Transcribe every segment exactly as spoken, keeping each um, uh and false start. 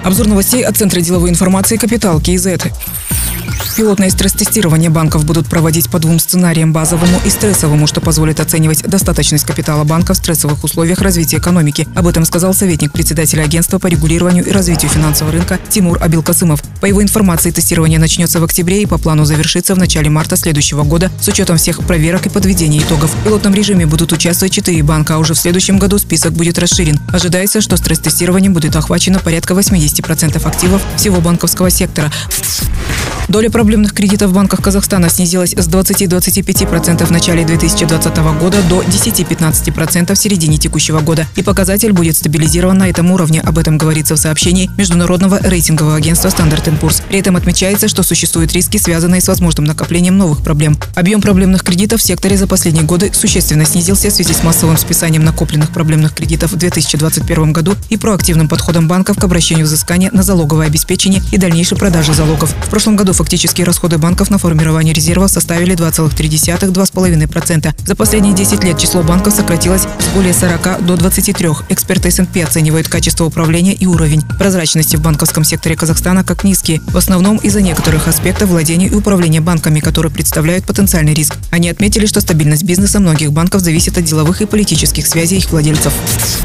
Обзор новостей от Центра деловой информации «Капитал» КИЗ. Пилотное стресс-тестирование банков будут проводить по двум сценариям – базовому и стрессовому, что позволит оценивать достаточность капитала банка в стрессовых условиях развития экономики. Об этом сказал советник председателя агентства по регулированию и развитию финансового рынка Тимур Абилкасымов. По его информации, тестирование начнется в октябре и по плану завершится в начале марта следующего года с учетом всех проверок и подведения итогов. В пилотном режиме будут участвовать четыре банка, а уже в следующем году список будет расширен. Ожидается, что стресс-тестированием будет охвачено порядка восемьдесят процентов активов всего банковского сектора. Доля проблемных кредитов в банках Казахстана снизилась с двадцати-двадцати пяти процентов в начале две тысячи двадцатого года до десяти-пятнадцати процентов в середине текущего года. И показатель будет стабилизирован на этом уровне. Об этом говорится в сообщении международного рейтингового агентства Standard энд Poor's. При этом отмечается, что существуют риски, связанные с возможным накоплением новых проблем. Объем проблемных кредитов в секторе за последние годы существенно снизился в связи с массовым списанием накопленных проблемных кредитов в две тысячи двадцать первом году и проактивным подходом банков к обращению взыскания на залоговое обеспечение и дальнейшей продаже залогов. В прошлом году фактические расходы банков на формирование резервов составили два целых три десятых — два с половиной процента. За последние десять лет число банков сократилось с более сорока до двадцати трёх. Эксперты эс энд пи оценивают качество управления и уровень прозрачности в банковском секторе Казахстана как низкие, в основном из-за некоторых аспектов владения и управления банками, которые представляют потенциальный риск. Они отметили, что стабильность бизнеса многих банков зависит от деловых и политических связей их владельцев.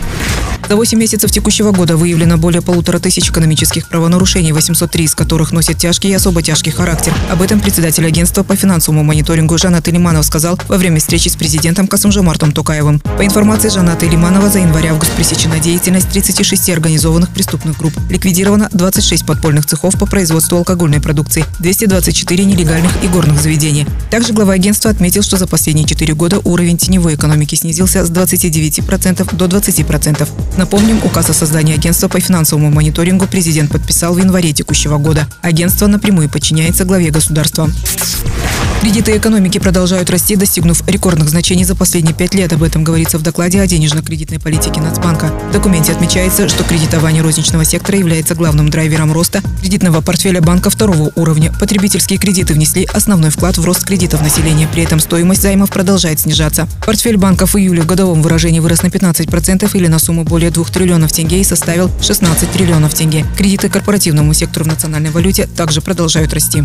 За восемь месяцев текущего года выявлено более полутора тысяч экономических правонарушений, восемьсот три из которых носят тяжкий и особо тяжкий характер. Об этом председатель агентства по финансовому мониторингу Жанат Элиманов сказал во время встречи с президентом Касым-Жомартом Токаевым. По информации Жаната Элиманова, за январь-август пресечена деятельность тридцати шести организованных преступных групп. Ликвидировано двадцать шесть подпольных цехов по производству алкогольной продукции, двести двадцать четыре нелегальных игорных заведения. Также глава агентства отметил, что за последние четыре года уровень теневой экономики снизился с двадцати девяти процентов до двадцати процентов. Напомним, указ о создании агентства по финансовому мониторингу президент подписал в январе текущего года. Агентство напрямую подчиняется главе государства. Кредиты экономики продолжают расти, достигнув рекордных значений за последние пять лет. Об этом говорится в докладе о денежно-кредитной политике Нацбанка. В документе отмечается, что кредитование розничного сектора является главным драйвером роста кредитного портфеля банка второго уровня. Потребительские кредиты внесли основной вклад в рост кредитов населения. При этом стоимость займов продолжает снижаться. Портфель банков в июле в годовом выражении вырос на пятнадцать процентов или на сумму более двух триллионов тенге и составил шестнадцать триллионов тенге. Кредиты корпоративному сектору в национальной валюте также продолжают расти.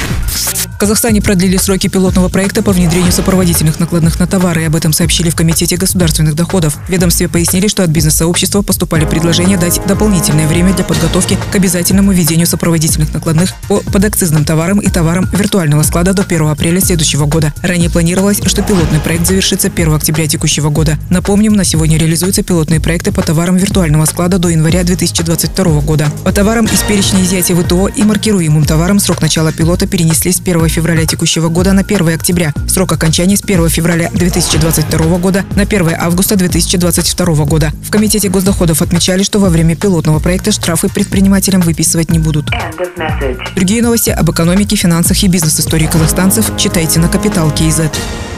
В Казахстане продлили сроки пилотного проекта по внедрению сопроводительных накладных на товары. И об этом сообщили в Комитете государственных доходов. В ведомстве пояснили, что от бизнес-сообщества поступали предложения дать дополнительное время для подготовки к обязательному введению сопроводительных накладных по подакцизным товарам и товарам виртуального склада до первого апреля следующего года. Ранее планировалось, что пилотный проект завершится первого октября текущего года. Напомним, на сегодня реализуются пилотные проекты по товарам виртуального склада до января две тысячи двадцать второго года. По товарам из перечня изъятия вэ тэ о и маркируемым товарам срок начала пилота перенесли с первого февраля текущего года на первое октября. Срок окончания с первого февраля две тысячи двадцать второго года на первое августа две тысячи двадцать второго года. В Комитете госдоходов отмечали, что во время пилотного проекта штрафы предпринимателям выписывать не будут. Другие новости об экономике, финансах и бизнес-истории казахстанцев читайте на Капитал КИЗ.